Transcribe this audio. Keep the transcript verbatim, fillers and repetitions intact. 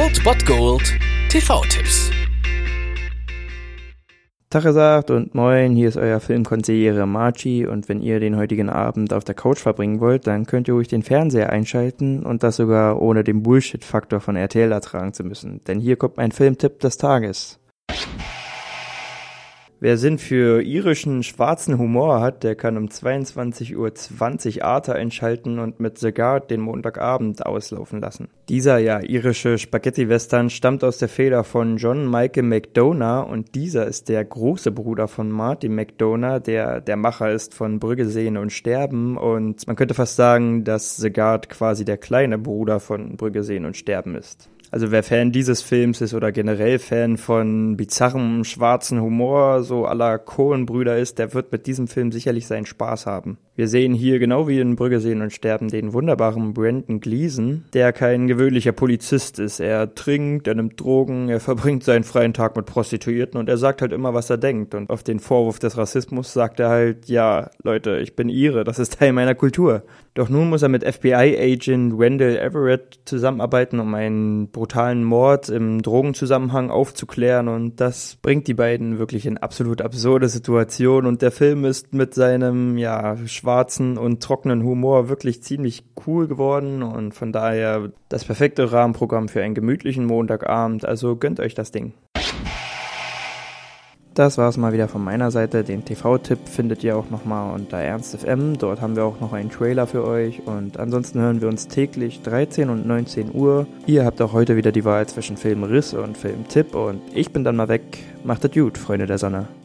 Old Bot Gold T V-Tipps. Tag gesagt und moin, hier ist euer Filmkonsigliere Marci und wenn ihr den heutigen Abend auf der Couch verbringen wollt, dann könnt ihr ruhig den Fernseher einschalten und das sogar ohne den Bullshit-Faktor von R T L ertragen zu müssen, denn hier kommt mein Filmtipp des Tages. Wer Sinn für irischen, schwarzen Humor hat, der kann um zweiundzwanzig Uhr zwanzig Arte einschalten und mit The Guard den Montagabend auslaufen lassen. Dieser, ja, irische Spaghetti-Western stammt aus der Feder von John Michael McDonagh und dieser ist der große Bruder von Martin McDonagh, der der Macher ist von Brügge sehen und sterben und man könnte fast sagen, dass The Guard quasi der kleine Bruder von Brügge sehen und sterben ist. Also wer Fan dieses Films ist oder generell Fan von bizarrem, schwarzen Humor, so à la Coen-Brüder ist, der wird mit diesem Film sicherlich seinen Spaß haben. Wir sehen hier, genau wie in Brügge sehen und sterben, den wunderbaren Brendan Gleeson, der kein gewöhnlicher Polizist ist. Er trinkt, er nimmt Drogen, er verbringt seinen freien Tag mit Prostituierten und er sagt halt immer, was er denkt. Und auf den Vorwurf des Rassismus sagt er halt, ja, Leute, ich bin Ire, das ist Teil meiner Kultur. Doch nun muss er mit F B I-Agent Wendell Everett zusammenarbeiten, um einen brutalen Mord im Drogenzusammenhang aufzuklären und das bringt die beiden wirklich in absolut absurde Situationen und der Film ist mit seinem, ja, schwarzen und trockenen Humor wirklich ziemlich cool geworden und von daher das perfekte Rahmenprogramm für einen gemütlichen Montagabend, also gönnt euch das Ding. Das war's mal wieder von meiner Seite. Den T V-Tipp findet ihr auch nochmal unter Ernst F M. Dort haben wir auch noch einen Trailer für euch. Und ansonsten hören wir uns täglich dreizehn und neunzehn Uhr. Ihr habt auch heute wieder die Wahl zwischen Filmriss und Filmtipp. Und ich bin dann mal weg. Macht es gut, Freunde der Sonne.